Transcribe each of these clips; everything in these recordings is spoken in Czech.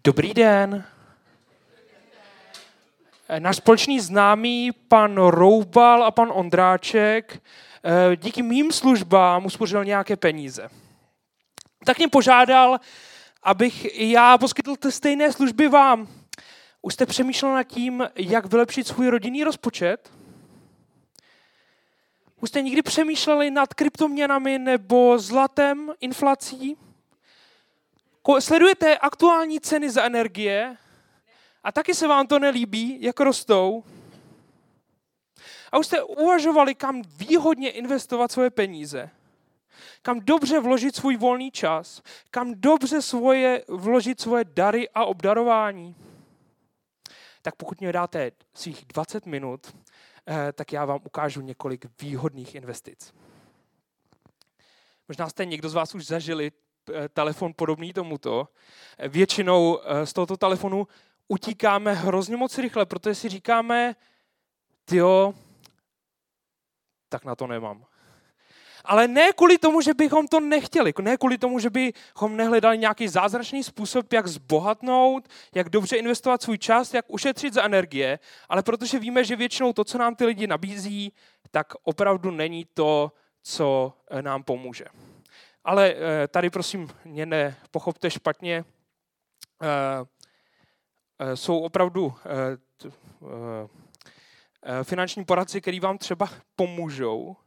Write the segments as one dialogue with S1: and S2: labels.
S1: Dobrý den. Náš společný známý, pan Roubal a pan Ondráček, díky mým službám uspořil nějaké peníze. Tak mě požádal, abych i já poskytl ty stejné služby vám. Už jste přemýšlel nad tím, jak vylepšit svůj rodinný rozpočet? Už jste někdy přemýšleli nad kryptoměnami nebo zlatem, inflací? Sledujete aktuální ceny za energie a taky se vám to nelíbí, jak rostou? A už jste uvažovali, kam výhodně investovat svoje peníze? Kam dobře vložit svůj volný čas? Kam dobře vložit svoje dary a obdarování? Tak pokud mě dáte svých 20 minut, tak já vám ukážu několik výhodných investic. Možná jste někdo z vás už zažili telefon podobný tomuto. Většinou z tohoto telefonu utíkáme hrozně moc rychle, protože si říkáme, tyjo, tak na to nemám. Ale ne kvůli tomu, že bychom to nechtěli, ne kvůli tomu, že bychom nehledali nějaký zázračný způsob, jak zbohatnout, jak dobře investovat svůj čas, jak ušetřit za energie, ale protože víme, že většinou to, co nám ty lidi nabízí, tak opravdu není to, co nám pomůže. Ale tady prosím mě nepochopte špatně, jsou opravdu finanční poradci, který vám třeba pomůžou,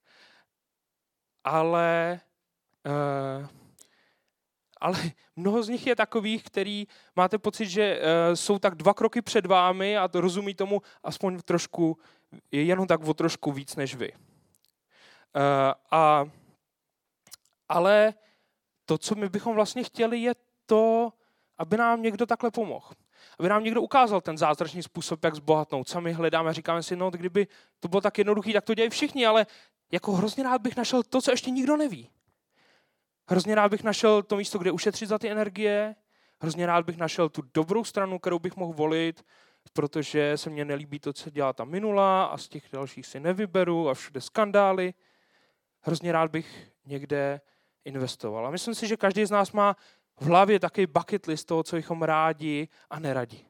S1: ale mnoho z nich je takových, který máte pocit, že jsou tak 2 kroky před vámi a to rozumí tomu aspoň trošku, jenom tak o trošku víc než vy. Ale to, co my bychom vlastně chtěli, je to, aby nám někdo takhle pomohl. Aby nám někdo ukázal ten zázračný způsob, jak zbohatnout. Sami hledáme a říkáme si, no, kdyby to bylo tak jednoduchý, tak to dělají všichni, ale jako hrozně rád bych našel to, co ještě nikdo neví. Hrozně rád bych našel to místo, kde ušetřit za ty energie. Hrozně rád bych našel tu dobrou stranu, kterou bych mohl volit, protože se mně nelíbí to, co dělá ta minulá a z těch dalších si nevyberu a všude skandály. Hrozně rád bych někde investoval. A myslím si, že každý z nás má v hlavě takový bucket list toho, co bychom rádi a neradi.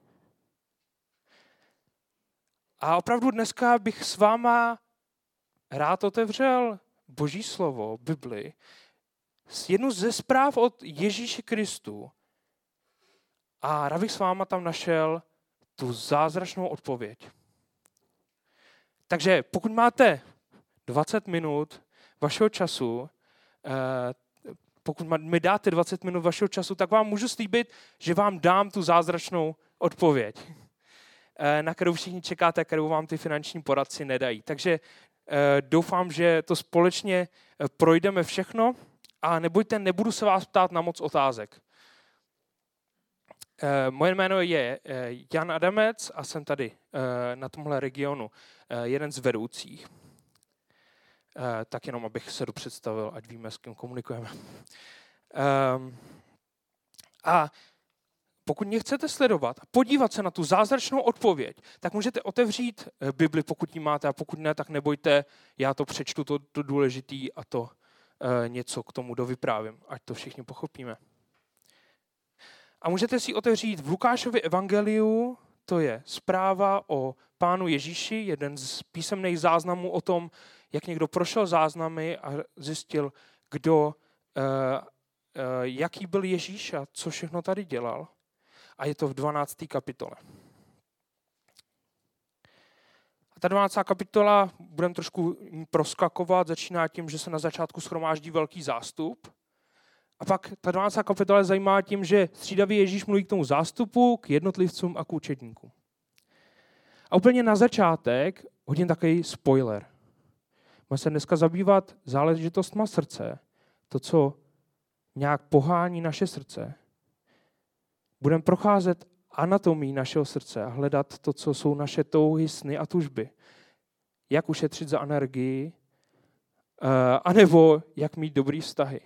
S1: A opravdu dneska bych s váma rád otevřel Boží slovo, Bibli, jednu ze zpráv od Ježíše Kristu a rád bych s váma tam našel tu zázračnou odpověď. Takže pokud máte 20 minut vašeho času, pokud mi dáte 20 minut vašeho času, tak vám můžu slíbit, že vám dám tu zázračnou odpověď, na kterou všichni čekáte, kterou vám ty finanční poradci nedají. Takže doufám, že to společně projdeme všechno a nebojte, nebudu se vás ptát na moc otázek. Moje jméno je Jan Adamec a jsem tady na tomhle regionu jeden z vedoucích. Tak jenom, abych se dopředstavil, ať víme, s kým komunikujeme. A pokud mě chcete sledovat a podívat se na tu zázračnou odpověď, tak můžete otevřít Bibli, pokud ji máte, a pokud ne, tak nebojte, já to přečtu, to důležitý a to něco k tomu dovyprávím, ať to všichni pochopíme. A můžete si otevřít v Lukášově evangeliu, to je zpráva o Pánu Ježíši, jeden z písemných záznamů o tom, jak někdo prošel záznamy a zjistil, jaký byl Ježíš a co všechno tady dělal. A je to v 12. kapitole. A ta 12. kapitola, budeme trošku proskakovat, začíná tím, že se na začátku shromáždí velký zástup. A pak ta 12. kapitola je zajímavá tím, že střídavě Ježíš mluví k tomu zástupu, k jednotlivcům a k učedníkům. A úplně na začátek hodím takový spoiler. Budeme se dneska zabývat záležitostma srdce, to, co nějak pohání naše srdce. Budeme procházet anatomii našeho srdce a hledat to, co jsou naše touhy, sny a tužby. Jak ušetřit za energii, anebo jak mít dobrý vztahy.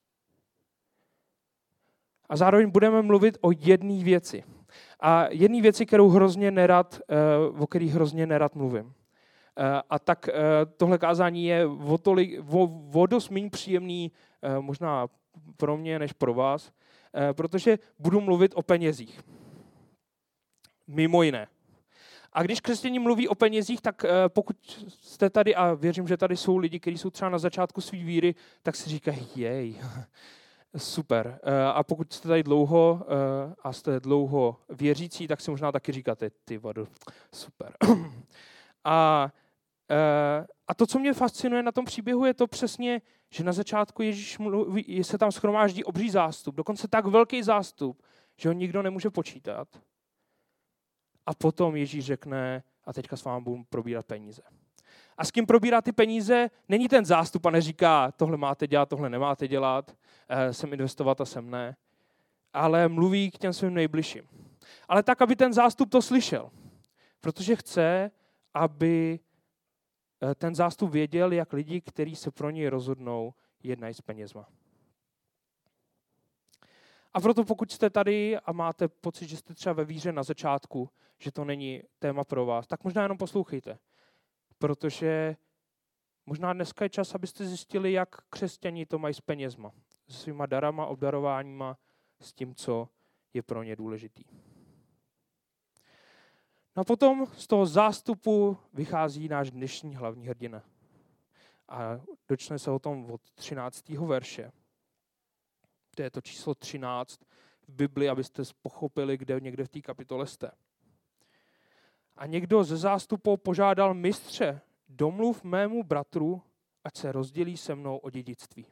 S1: A zároveň budeme mluvit o jedné věci. A jedné věci, o které hrozně nerad mluvím. A tak tohle kázání je o dost méně příjemný možná pro mě než pro vás, protože budu mluvit o penězích. Mimo jiné. A když křesťané mluví o penězích, tak pokud jste tady, a věřím, že tady jsou lidi, kteří jsou třeba na začátku své víry, tak si říkají, jej, super. A pokud jste tady dlouho a jste dlouho věřící, tak si možná taky říkáte, ty vado, super. A to, co mě fascinuje na tom příběhu, je to přesně, že na začátku Ježíš mluví, se tam shromáždí obří zástup, dokonce tak velký zástup, že ho nikdo nemůže počítat. A potom Ježíš řekne, a teďka s vámi budu probírat peníze. A s kým probírá ty peníze, není ten zástup a neříká, tohle máte dělat, tohle nemáte dělat, sem investovat a sem ne. Ale mluví k těm svým nejbližším. Ale tak, aby ten zástup to slyšel. Protože chce, aby ten zástup věděl, jak lidi, kteří se pro něj rozhodnou, jednají s penězma. A proto pokud jste tady a máte pocit, že jste třeba ve víře na začátku, že to není téma pro vás, tak možná jenom poslouchejte. Protože možná dneska je čas, abyste zjistili, jak křesťané to mají s penězma. Se svýma darama, obdarováníma, s tím, co je pro ně důležitý. No a potom z toho zástupu vychází náš dnešní hlavní hrdina. A dočne se o tom od 13. verše. To je to číslo 13 v Bibli, abyste pochopili, kde někde v té kapitole jste. A někdo ze zástupu požádal mistře, domluv mému bratru, ať se rozdělí se mnou o dědictví.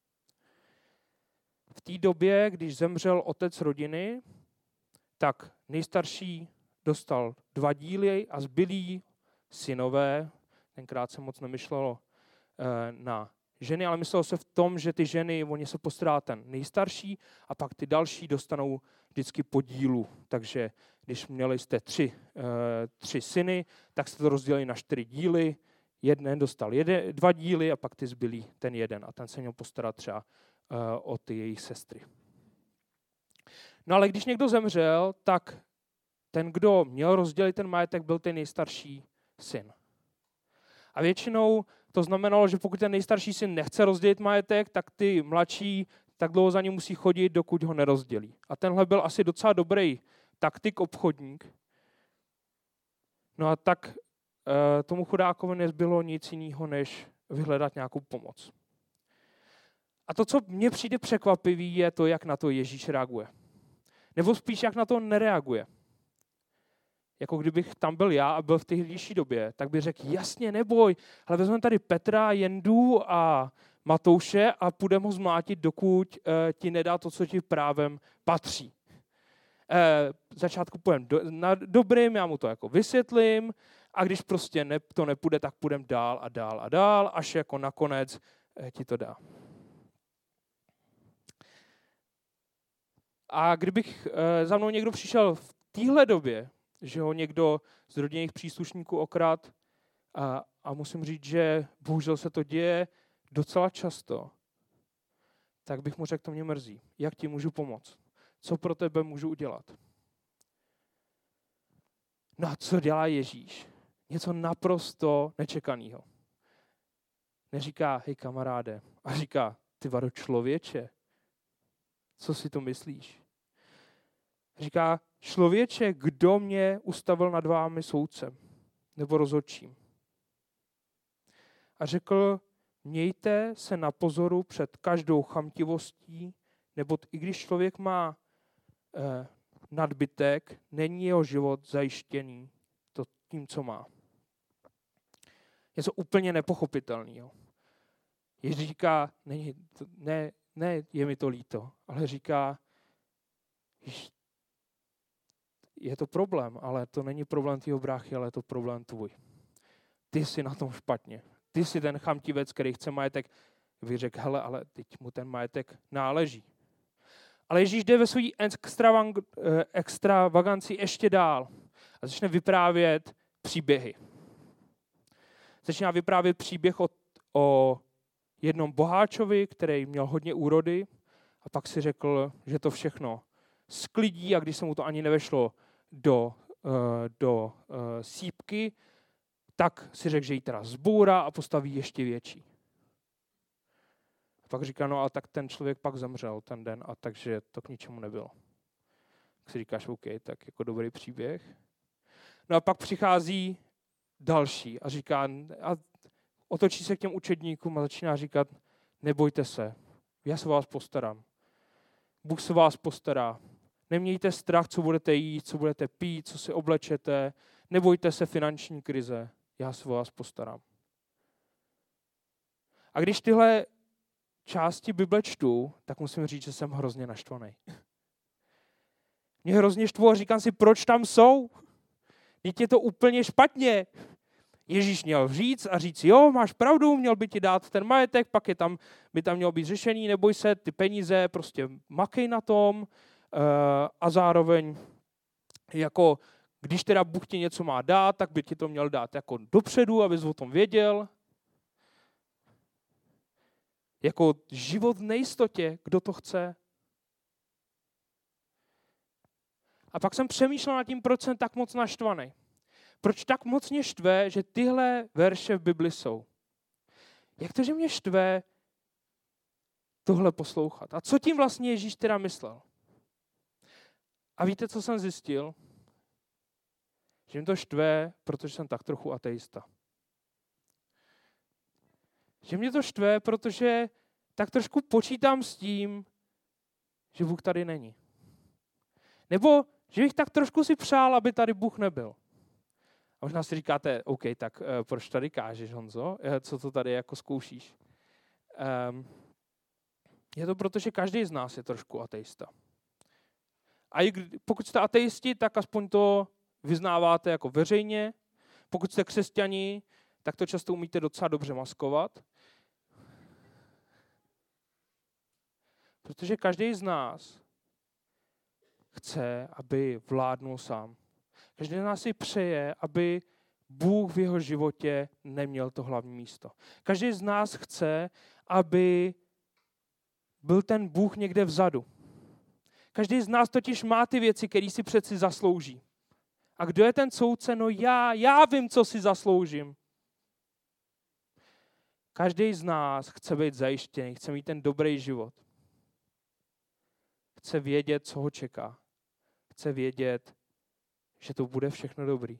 S1: V té době, když zemřel otec rodiny, tak nejstarší dostal 2 díly a zbylí synové, tenkrát se moc nemyslelo na ženy, ale myslelo se v tom, že ty ženy, oni se postará ten nejstarší a pak ty další dostanou vždycky po dílu. Takže když měli jste 3 syny, tak jste to rozdělili na 4 díly, jeden dostal 2 díly a pak ty zbylí ten jeden a ten se měl postarat třeba o ty jejich sestry. No ale když někdo zemřel, tak ten, kdo měl rozdělit ten majetek, byl ten nejstarší syn. A většinou to znamenalo, že pokud ten nejstarší syn nechce rozdělit majetek, tak ty mladší tak dlouho za ním musí chodit, dokud ho nerozdělí. A tenhle byl asi docela dobrý taktik, obchodník. No a tak tomu chudákovi nezbylo nic jiného, než vyhledat nějakou pomoc. A to, co mně přijde překvapivý, je to, jak na to Ježíš reaguje. Nebo spíš, jak na to nereaguje. Jako kdybych tam byl já a byl v tehdejší době, tak bych řekl, jasně, neboj, ale vezmeme tady Petra, Jendu a Matouše a půjdeme ho zmlátit, dokud ti nedá to, co ti právem patří. V začátku půjdeme na dobrým, já mu to jako vysvětlím a když prostě to nepůjde, tak půjdeme dál a dál a dál, až jako nakonec ti to dá. A kdybych za mnou někdo přišel v téhle době, že ho někdo z rodinných příslušníků okrad a musím říct, že bohužel se to děje docela často, tak bych mu řekl, to mě mrzí. Jak ti můžu pomoct? Co pro tebe můžu udělat? No a co dělá Ježíš? Něco naprosto nečekaného. Neříká, hej kamaráde, a říká, ty vado člověče, co si to myslíš? Říká, člověče, kdo mě ustavil nad vámi soudcem nebo rozhodčím? A řekl, mějte se na pozoru před každou chamtivostí, nebo i když člověk má nadbytek, není jeho život zajištěný tím, co má. Je to úplně nepochopitelného. Ježíš říká, ne, je mi to líto, ale říká, je to problém, ale to není problém tvýho bráchy, ale je to problém tvůj. Ty jsi na tom špatně. Ty jsi ten chamtivec, který chce majetek. Vy řekl, hele, ale teď mu ten majetek náleží. Ale Ježíš jde ve své extravaganci ještě dál a začne vyprávět příběhy. Začíná vyprávět příběh o jednom boháčovi, který měl hodně úrody a pak si řekl, že to všechno sklidí a když se mu to ani nevešlo do sýpky, tak si řekl, že ji teda zbourá a postaví ještě větší. Pak říká, no a tak ten člověk pak zemřel ten den a takže to k ničemu nebylo. Tak si říkáš, OK, tak jako dobrý příběh. No a pak přichází další a říká, a otočí se k těm učedníkům a začíná říkat, nebojte se, já se vás postarám. Bůh se vás postará. Nemějte strach, co budete jíst, co budete pít, co si oblečete. Nebojte se finanční krize, já se vás postarám. A když tyhle části Bible čtu, tak musím říct, že jsem hrozně naštvaný. Mě hrozně štvu a říkám si, proč tam jsou? Vždyť je to úplně špatně. Ježíš měl říct a říct, jo, máš pravdu, měl by ti dát ten majetek, pak by tam mělo být řešení, neboj se, ty peníze, prostě makej na tom a zároveň jako, když teda Bůh ti něco má dát, tak by ti to měl dát jako dopředu, abys o tom věděl. Jako život v nejistotě, kdo to chce. A pak jsem přemýšlel nad tím, proč jsem tak moc naštvaný. Proč tak moc mě štve, že tyhle verše v Bibli jsou? Jak to, že mě štve tohle poslouchat? A co tím vlastně Ježíš teda myslel? A víte, co jsem zjistil? Že mě to štve, protože jsem tak trochu ateista. Že mě to štve, protože tak trošku počítám s tím, že Bůh tady není. Nebo že bych tak trošku si přál, aby tady Bůh nebyl. A možná si říkáte, OK, tak proč tady kážeš, Honzo? Co to tady jako zkoušíš? Je to proto, že každý z nás je trošku ateista. A pokud jste ateisti, tak aspoň to vyznáváte jako veřejně. Pokud jste křesťani, tak to často umíte docela dobře maskovat. Protože každý z nás chce, aby vládnul sám. Každý z nás si přeje, aby Bůh v jeho životě neměl to hlavní místo. Každý z nás chce, aby byl ten Bůh někde vzadu. Každý z nás totiž má ty věci, které si přeci zaslouží. A kdo je ten soudce? No já vím, co si zasloužím. Každý z nás chce být zajištěný, chce mít ten dobrý život. Chce vědět, co ho čeká. Chce vědět, že to bude všechno dobrý.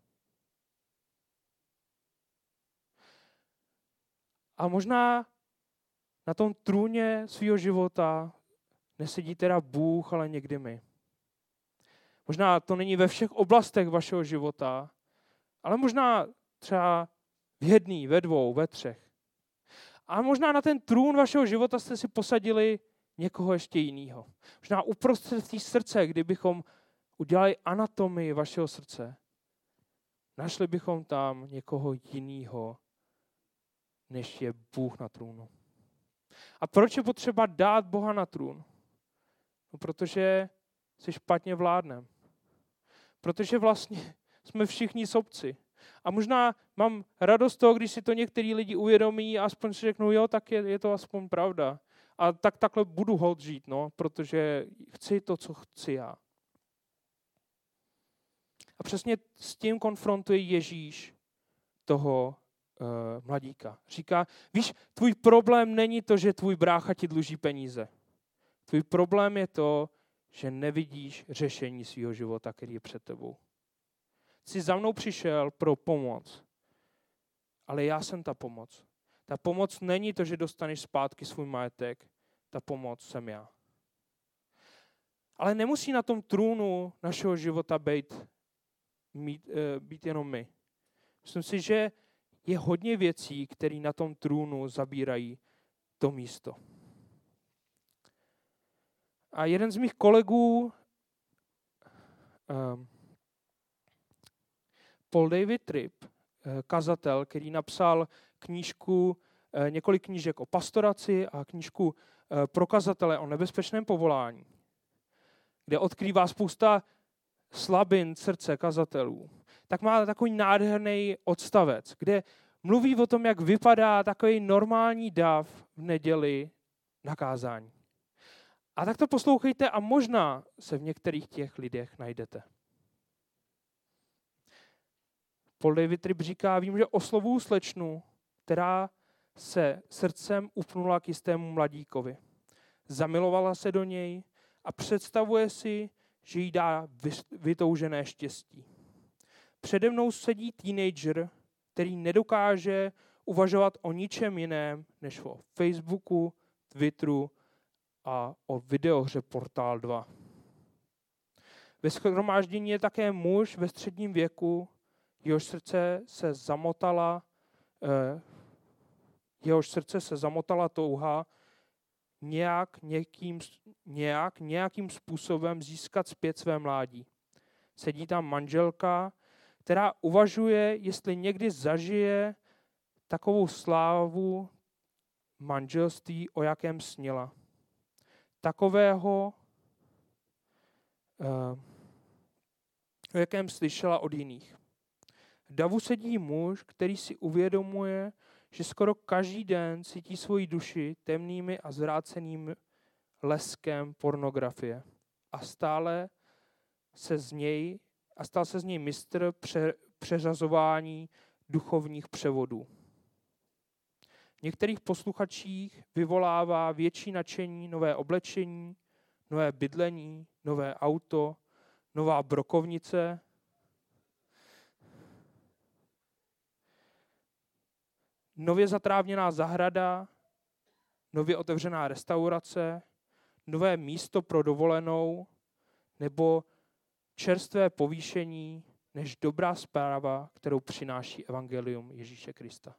S1: A možná na tom trůně svého života nesedí teda Bůh, ale někdy my. Možná to není ve všech oblastech vašeho života, ale možná třeba v jedný, ve dvou, ve třech. A možná na ten trůn vašeho života jste si posadili někoho ještě jiného. Možná uprostřed té srdce, kdybychom udělali anatomii vašeho srdce, našli bychom tam někoho jiného, než je Bůh na trůnu. A proč je potřeba dát Boha na trůn? No, protože si špatně vládnem. Protože vlastně jsme všichni sobci. A možná mám radost toho, když si to některý lidi uvědomí a aspoň si řeknou, jo, tak je to aspoň pravda. A takhle budu holt žít, no, protože chci to, co chci já. A přesně s tím konfrontuje Ježíš toho mladíka. Říká, víš, tvůj problém není to, že tvůj brácha ti dluží peníze. Tvůj problém je to, že nevidíš řešení svého života, který je před tebou. Jsi za mnou přišel pro pomoc, ale já jsem ta pomoc. Ta pomoc není to, že dostaneš zpátky svůj majetek, ta pomoc jsem já. Ale nemusí na tom trůnu našeho života být jenom my. Myslím si, že je hodně věcí, které na tom trůnu zabírají to místo. A jeden z mých kolegů, Paul David Tripp, kazatel, který napsal knížku, několik knížek o pastoraci a knížku pro kazatele o nebezpečném povolání, kde odkrývá spousta slabin srdce kazatelů, tak má takový nádherný odstavec, kde mluví o tom, jak vypadá takový normální dav v neděli na kázání. A tak to poslouchejte a možná se v některých těch lidech najdete. Paul David Tripp říká, vím, že oslovuju slečnu, která se srdcem upnula k jistému mladíkovi. Zamilovala se do něj a představuje si, že jí dá vytoužené štěstí. Přede mnou sedí teenager, který nedokáže uvažovat o ničem jiném, než o Facebooku, Twitteru a o videohře Portal 2. Ve shromáždění je také muž ve středním věku, jehož srdce se zamotala touha nějakým způsobem získat zpět své mládí. Sedí tam manželka, která uvažuje, jestli někdy zažije takovou slávu manželství, o jakém snila. Takového, o jakém slyšela od jiných. V davu sedí muž, který si uvědomuje, že skoro každý den cítí svoji duši temnými a zvráceným leskem pornografie. A stal se z něj mistr přeřazování duchovních převodů. V některých posluchačích vyvolává větší nadšení nové oblečení, nové bydlení, nové auto, nová brokovnice, nově zatrávněná zahrada, nově otevřená restaurace, nové místo pro dovolenou nebo čerstvé povýšení než dobrá zpráva, kterou přináší evangelium Ježíše Krista.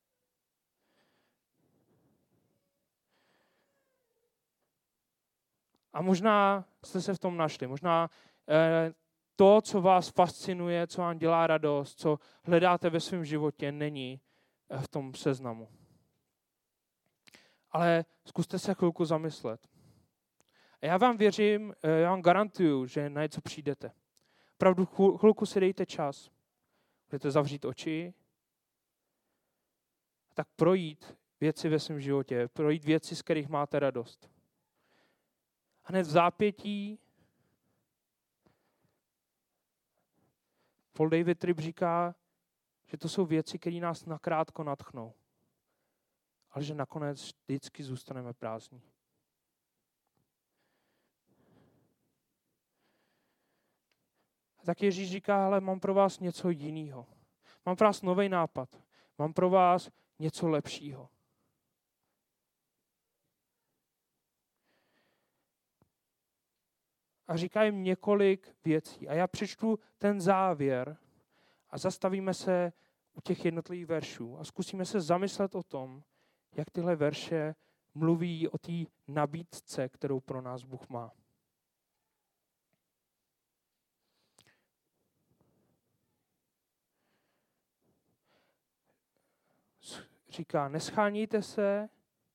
S1: A možná jste se v tom našli. Možná to, co vás fascinuje, co vám dělá radost, co hledáte ve svém životě, není v tom seznamu. Ale zkuste se chvilku zamyslet. A já vám věřím, já vám garantuju, že na něco přijdete. Opravdu chvilku si dejte čas. Budete zavřít oči a tak projít věci ve svém životě, projít věci, z kterých máte radost. A hned v zápětí Paul David Tripp říká, že to jsou věci, které nás nakrátko nadchnou, ale že nakonec vždycky zůstaneme prázdní. A tak Ježíš říká, ale mám pro vás něco jiného. Mám pro vás nový nápad. Mám pro vás něco lepšího. A říká jim několik věcí. A já přečtu ten závěr a zastavíme se u těch jednotlivých veršů a zkusíme se zamyslet o tom, jak tyhle verše mluví o té nabídce, kterou pro nás Bůh má. Říká, neschánějte se,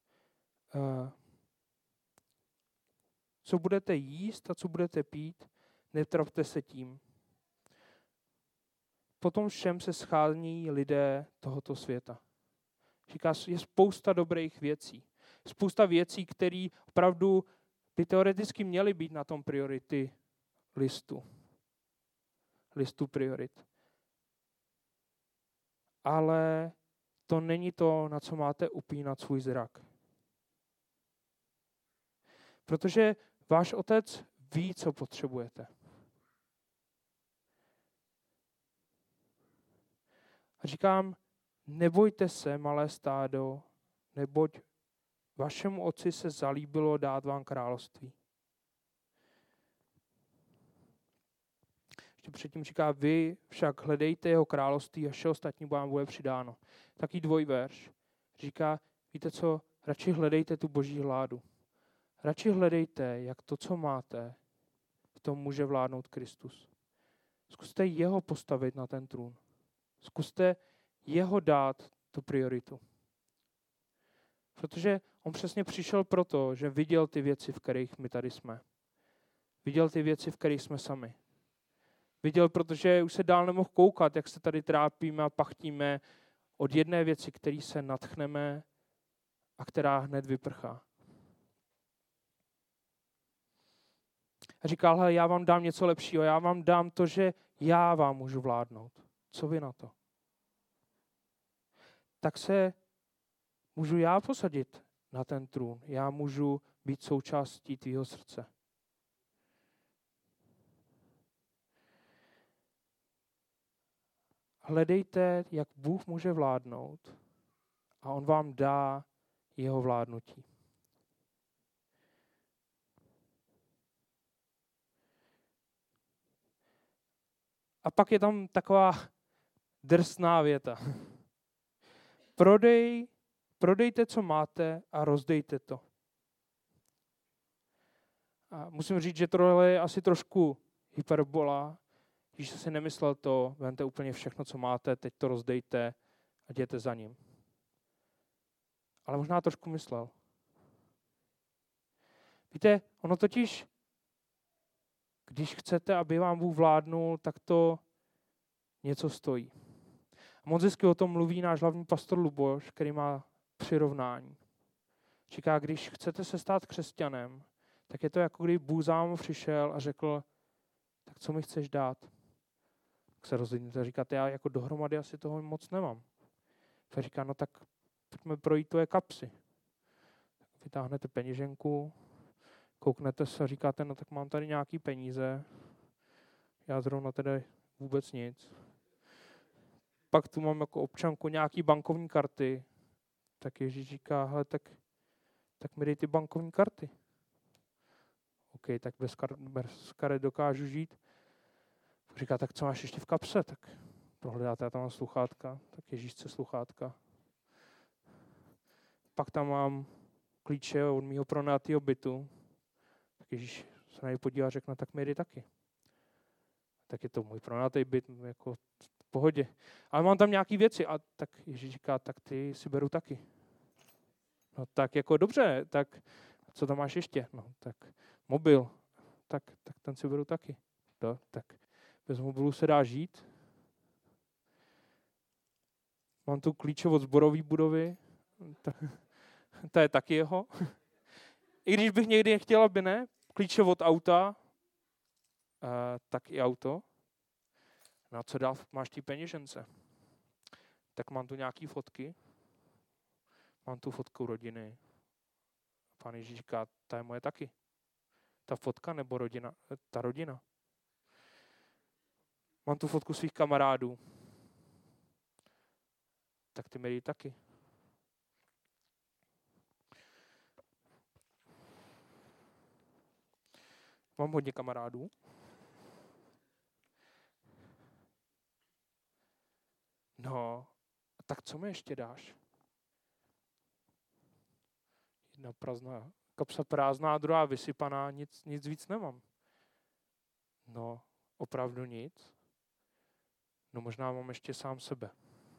S1: co budete jíst a co budete pít, netravte se tím. Potom všem se schází lidé tohoto světa. Říká, je spousta dobrých věcí. Spousta věcí, které opravdu by teoreticky měly být na tom priority listu priorit. Ale to není to, na co máte upínat svůj zrak. Protože váš otec ví, co potřebujete. A říkám, nebojte se, malé stádo, neboť vašemu otci se zalíbilo dát vám království. Ještě předtím říká, vy však hledejte jeho království a vše ostatní vám bude přidáno. Taký dvojverš. Říká, víte co, radši hledejte tu boží hládu. Radši hledejte, jak to, co máte, v tom může vládnout Kristus. Zkuste jeho postavit na ten trůn. Zkuste jeho dát tu prioritu. Protože on přesně přišel proto, že viděl ty věci, v kterých my tady jsme. Viděl ty věci, v kterých jsme sami. Viděl, protože už se dál nemohl koukat, jak se tady trápíme a pachtíme od jedné věci, který se nadchneme a která hned vyprchá. A říkal, hele, já vám dám něco lepšího, já vám dám to, že já vám můžu vládnout. Co vy na to? Tak se můžu já posadit na ten trůn. Já můžu být součástí tvýho srdce. Hledejte, jak Bůh může vládnout a on vám dá jeho vládnutí. A pak je tam taková drsná věta. Prodejte, co máte a rozdejte to. A musím říct, že tohle je asi trošku hyperbola. Když si nemyslel to, vemte úplně všechno, co máte, teď to rozdejte a jděte za ním. Ale možná trošku myslel. Víte, ono totiž, když chcete, aby vám Bůh vládnul, tak to něco stojí. A moc hezky o tom mluví náš hlavní pastor Luboš, který má přirovnání. Říká, když chcete se stát křesťanem, tak je to jako kdyby Bůh za vámi přišel a řekl, tak co mi chceš dát? Tak se rozhodněte a říkáte, já jako dohromady asi toho moc nemám. Tak říká, no tak pojďme projít tvoje kapsy. Tak vytáhnete peněženku, kouknete se a říkáte, no tak mám tady nějaký peníze, já zrovna tedy vůbec nic. Pak tu mám jako občanku nějaký bankovní karty, tak Ježíš říká, hele, tak mi dej ty bankovní karty. OK, tak bez karet dokážu žít. Říká, tak co máš ještě v kapse? Tak prohledáte, já tam mám sluchátka, tak Ježíš chce sluchátka. Pak tam mám klíče od mýho pronajatého bytu. Tak Ježíš se na něj podívá a řekne, tak mi jdi taky. Tak je to můj pronajatý byt, jako v pohodě. Ale mám tam nějaký věci a tak Ježíš říká, tak ty si beru taky. No tak jako dobře, tak co tam máš ještě? No tak mobil, tak ten si beru taky. No, tak bez mobilu se dá žít. Mám tu klíče od sborové budovy, to je taky jeho. I když bych někdy chtěl, aby ne, klíče od auta, tak i auto. No a co dál máš ty peněžence? Tak mám tu nějaký fotky. Mám tu fotku rodiny. Pán Ježíš říká, ta je moje taky. Ta fotka nebo rodina, ta rodina. Mám tu fotku svých kamarádů. Tak ty mi dej taky. Mám hodně kamarádů. No, tak co mi ještě dáš? Jedna prázdná, kapsa prázdná, druhá vysypaná, nic víc nemám. No, opravdu nic? No možná mám ještě sám sebe.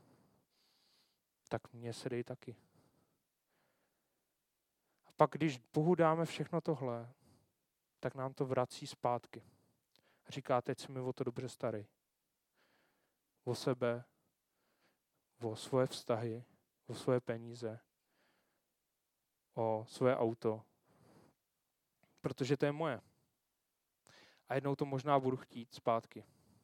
S1: Tak mně se dej taky. A pak, když Bohu dáme všechno tohle, tak nám to vrací zpátky. A říká, teď se mi o to dobře starej. O sebe, o svoje vztahy, o svoje peníze, o svoje auto. Protože to je moje. A jednou to možná budu chtít zpátky.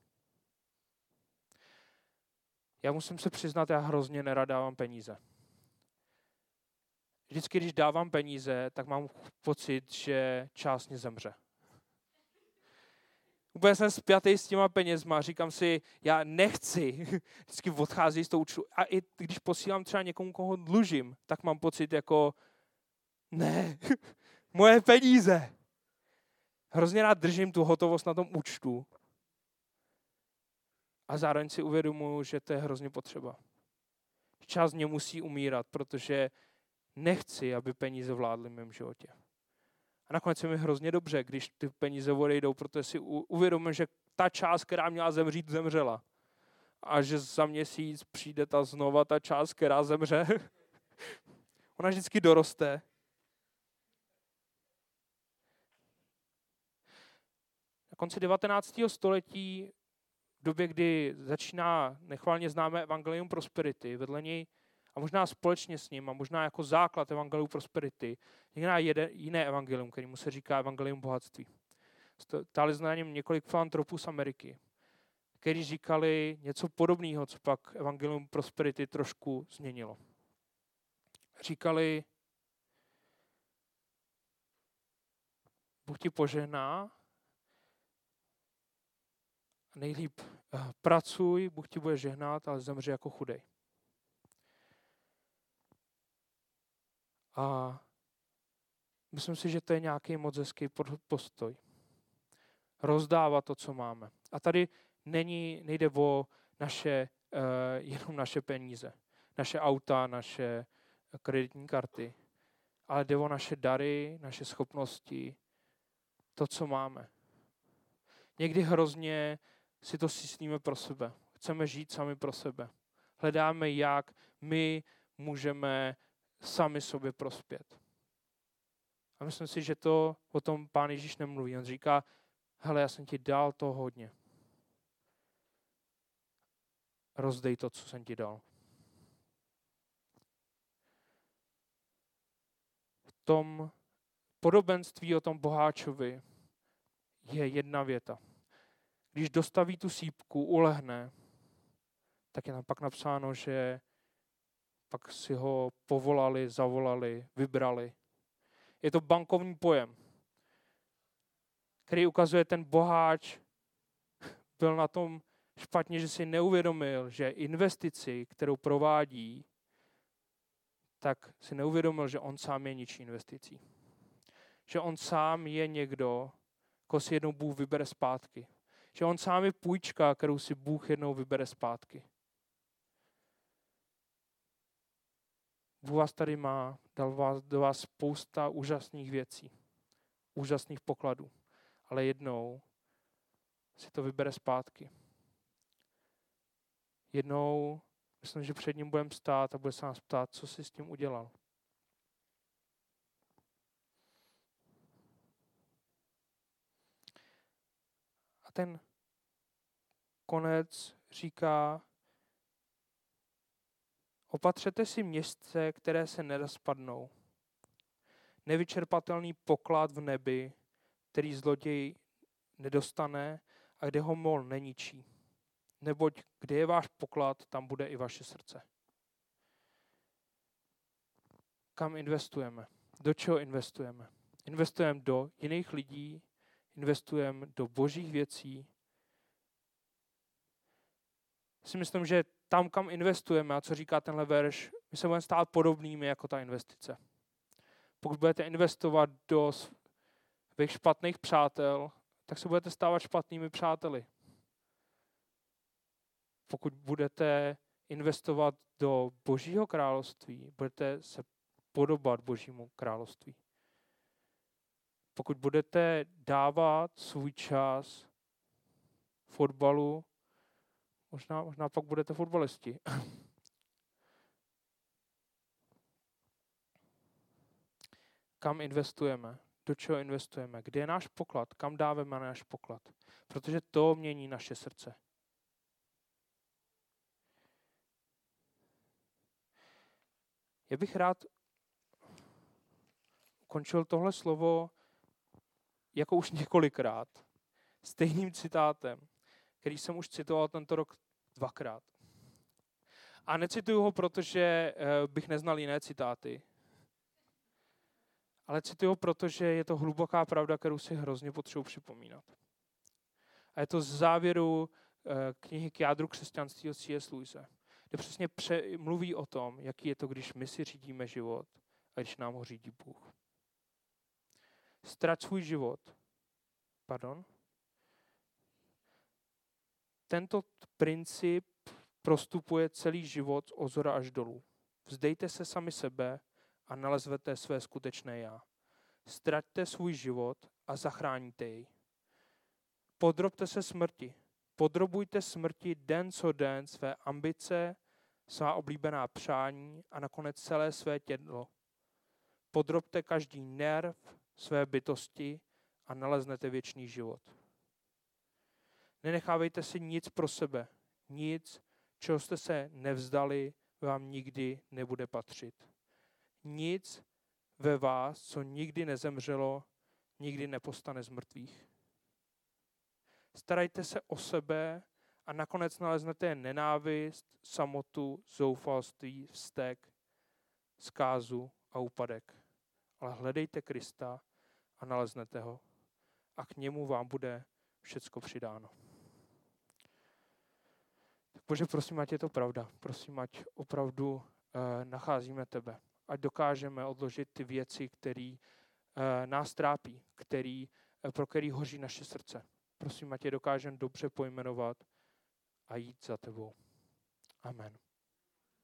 S1: Já musím se přiznat, já hrozně nerad dávám peníze. Vždycky, když dávám peníze, tak mám pocit, že část mě zemře. Úplně jsem spjatý s těma penězma, říkám si, já nechci, vždycky odchází z toho účtu. A i když posílám třeba někomu, koho dlužím, tak mám pocit jako, ne, moje peníze. Hrozně rád držím tu hotovost na tom účtu. A zároveň si uvědomuji, že to je hrozně potřeba. Část mě musí umírat, protože nechci, aby peníze vládly v mém životě. A nakonec je mi hrozně dobře, když ty peníze odejdou, protože si uvědomím, že ta část, která měla zemřít, zemřela. A že za měsíc přijde ta část, která zemře. Ona vždycky doroste. Na konci 19. století, v době, kdy začíná nechvalně známé evangelium prosperity, vedle něj a možná společně s ním, a možná jako základ evangelium prosperity, je jiné evangelium, kterému se říká evangelium bohatství. Stáli na něm několik filantropů z Ameriky, kteří říkali něco podobného, co pak evangelium prosperity trošku změnilo. říkali, Bůh ti požehná, nejlíp pracuj, Bůh ti bude žehnat, ale zemři jako chudej. A myslím si, že to je nějaký moc hezký postoj. Rozdávat to, co máme. A tady nejde o jenom naše peníze, naše auta, naše kreditní karty, ale jde o naše dary, naše schopnosti, to, co máme. Někdy hrozně si to syslíme pro sebe. Chceme žít sami pro sebe. Hledáme, jak my můžeme sami sobě prospět. A myslím si, že to o tom Pán Ježíš nemluví. On říká, hele, já jsem ti dal to hodně. Rozdej to, co jsem ti dal. V tom podobenství o tom boháčovi je jedna věta. Když dostaví tu sýpku, ulehne, tak je tam pak napsáno, že pak si ho povolali, zavolali, vybrali. Je to bankovní pojem, který ukazuje, ten boháč byl na tom špatně, že si neuvědomil, že investici, kterou provádí, tak si neuvědomil, že on sám je ničí investicí. Že on sám je někdo, koho si jednou Bůh vybere zpátky. Že on sám je půjčka, kterou si Bůh jednou vybere zpátky. Bůh vás tady má, dal do vás spousta úžasných věcí, úžasných pokladů, ale jednou si to vybere zpátky. Jednou, myslím, že před ním budeme stát a bude se nás ptát, co jsi s tím udělal. A ten konec říká, opatřete si městce, které se nerozpadnou. Nevyčerpatelný poklad v nebi, který zloděj nedostane a kde ho mol neničí. Neboť kde je váš poklad, tam bude i vaše srdce. Kam investujeme? Do čeho investujeme? Investujeme do jiných lidí, investujeme do božích věcí. Si myslím, že tam, kam investujeme, a co říká tenhle verš, my se budeme stát podobnými jako ta investice. Pokud budete investovat do svých špatných přátel, tak se budete stávat špatnými přáteli. Pokud budete investovat do Božího království, budete se podobat Božímu království. Pokud budete dávat svůj čas fotbalu, možná pak budete fotbalisti. Kam investujeme? Do čeho investujeme? Kde je náš poklad? Kam dáváme náš poklad? Protože to mění naše srdce. Já bych rád ukončil tohle slovo jako už několikrát stejným citátem, který jsem už citoval tento rok 2krát. A necituju ho, protože bych neznal jiné citáty, ale cituju ho, protože je to hluboká pravda, kterou si hrozně potřebuji připomínat. A je to z závěru knihy K jádru křesťanství od C.S. Lewise, kde přesně mluví o tom, jaký je to, když my si řídíme život a když nám ho řídí Bůh. Ztrať svůj život. Tento princip prostupuje celý život od zhora až dolů. Vzdejte se sami sebe a nalezvete své skutečné já. Ztraťte svůj život a zachráníte jej. Podrobte se smrti. Podrobujte smrti den co den své ambice, svá oblíbená přání a nakonec celé své tělo. Podrobte každý nerv své bytosti a naleznete věčný život. Nenechávejte si nic pro sebe. Nic, čeho jste se nevzdali, vám nikdy nebude patřit. Nic ve vás, co nikdy nezemřelo, nikdy nepostane z mrtvých. Starajte se o sebe a nakonec naleznete nenávist, samotu, zoufalství, vztek zkázu a úpadek. Ale hledejte Krista a naleznete ho. A k němu vám bude všecko přidáno. Tak Bože, prosím, ať je to pravda. Prosím, ať opravdu nacházíme tebe. Ať dokážeme odložit ty věci, které nás trápí, pro který hoří naše srdce. Prosím, ať je dokážeme dobře pojmenovat a jít za tebou. Amen.